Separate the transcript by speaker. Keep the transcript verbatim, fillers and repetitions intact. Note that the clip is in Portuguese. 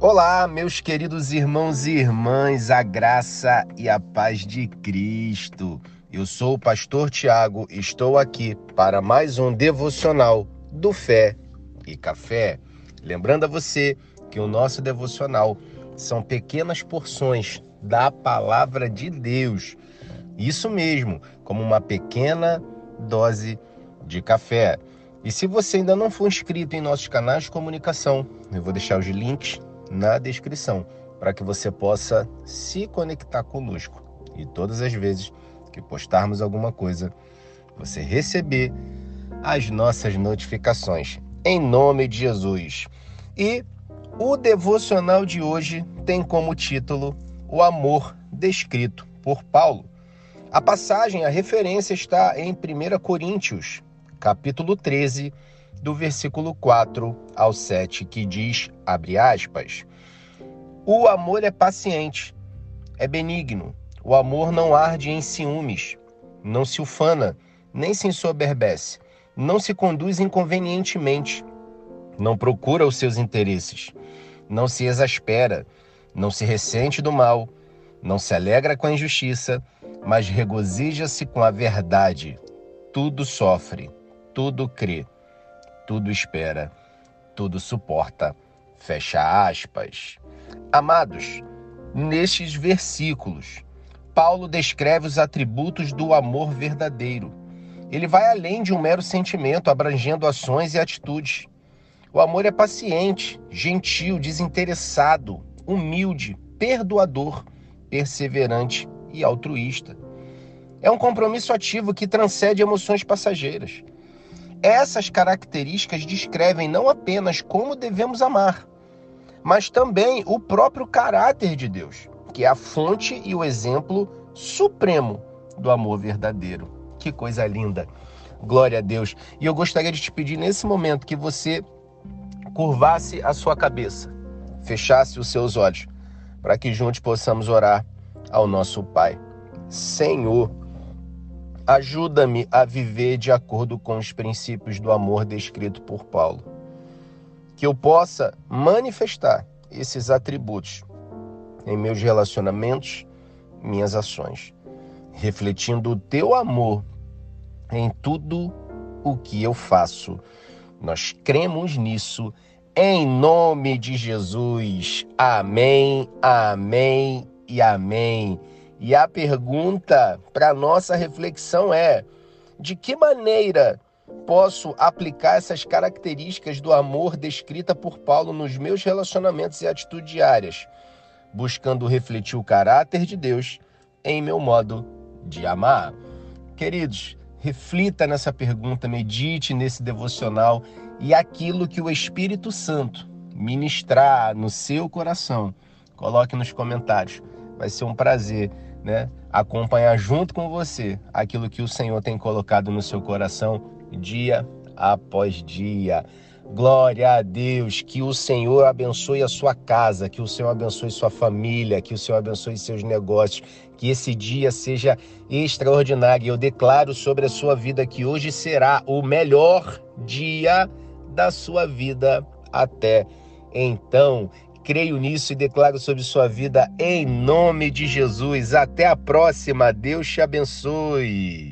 Speaker 1: Olá, meus queridos irmãos e irmãs, a graça e a paz de Cristo. Eu sou o pastor Tiago e estou aqui para mais um devocional do Fé e Café. Lembrando a você que o nosso devocional são pequenas porções da palavra de Deus. Isso mesmo, como uma pequena dose de café. E se você ainda não for inscrito em nossos canais de comunicação, eu vou deixar os links na descrição, para que você possa se conectar conosco. E todas as vezes que postarmos alguma coisa, você receber as nossas notificações. Em nome de Jesus. E o devocional de hoje tem como título O Amor Descrito por Paulo. A passagem, a referência está em primeira Coríntios, capítulo treze, do versículo quatro ao sete, que diz, abre aspas, o amor é paciente, é benigno, o amor não arde em ciúmes, não se ufana, nem se ensoberbece, não se conduz inconvenientemente, não procura os seus interesses, não se exaspera, não se ressente do mal, não se alegra com a injustiça, mas regozija-se com a verdade, tudo sofre, tudo crê, tudo espera, tudo suporta. Fecha aspas. Amados, nestes versículos, Paulo descreve os atributos do amor verdadeiro. Ele vai além de um mero sentimento, abrangendo ações e atitudes. O amor é paciente, gentil, desinteressado, humilde, perdoador, perseverante e altruísta. É um compromisso ativo que transcende emoções passageiras. Essas características descrevem não apenas como devemos amar, mas também o próprio caráter de Deus, que é a fonte e o exemplo supremo do amor verdadeiro. Que coisa linda! Glória a Deus! E eu gostaria de te pedir nesse momento que você curvasse a sua cabeça, fechasse os seus olhos, para que juntos possamos orar ao nosso Pai. Senhor, ajuda-me a viver de acordo com os princípios do amor descrito por Paulo. Que eu possa manifestar esses atributos em meus relacionamentos, minhas ações, refletindo o teu amor em tudo o que eu faço. Nós cremos nisso, em nome de Jesus. Amém, amém e amém. E a pergunta para nossa reflexão é: de que maneira posso aplicar essas características do amor descrita por Paulo nos meus relacionamentos e atitudes diárias, buscando refletir o caráter de Deus em meu modo de amar? Queridos, reflita nessa pergunta, medite nesse devocional e aquilo que o Espírito Santo ministrar no seu coração, coloque nos comentários. Vai ser um prazer, né, acompanhar junto com você aquilo que o Senhor tem colocado no seu coração dia após dia. Glória a Deus, que o Senhor abençoe a sua casa, que o Senhor abençoe sua família, que o Senhor abençoe seus negócios, que esse dia seja extraordinário. Eu declaro sobre a sua vida que hoje será o melhor dia da sua vida até então. Creio nisso e declaro sobre sua vida em nome de Jesus. Até a próxima. Deus te abençoe.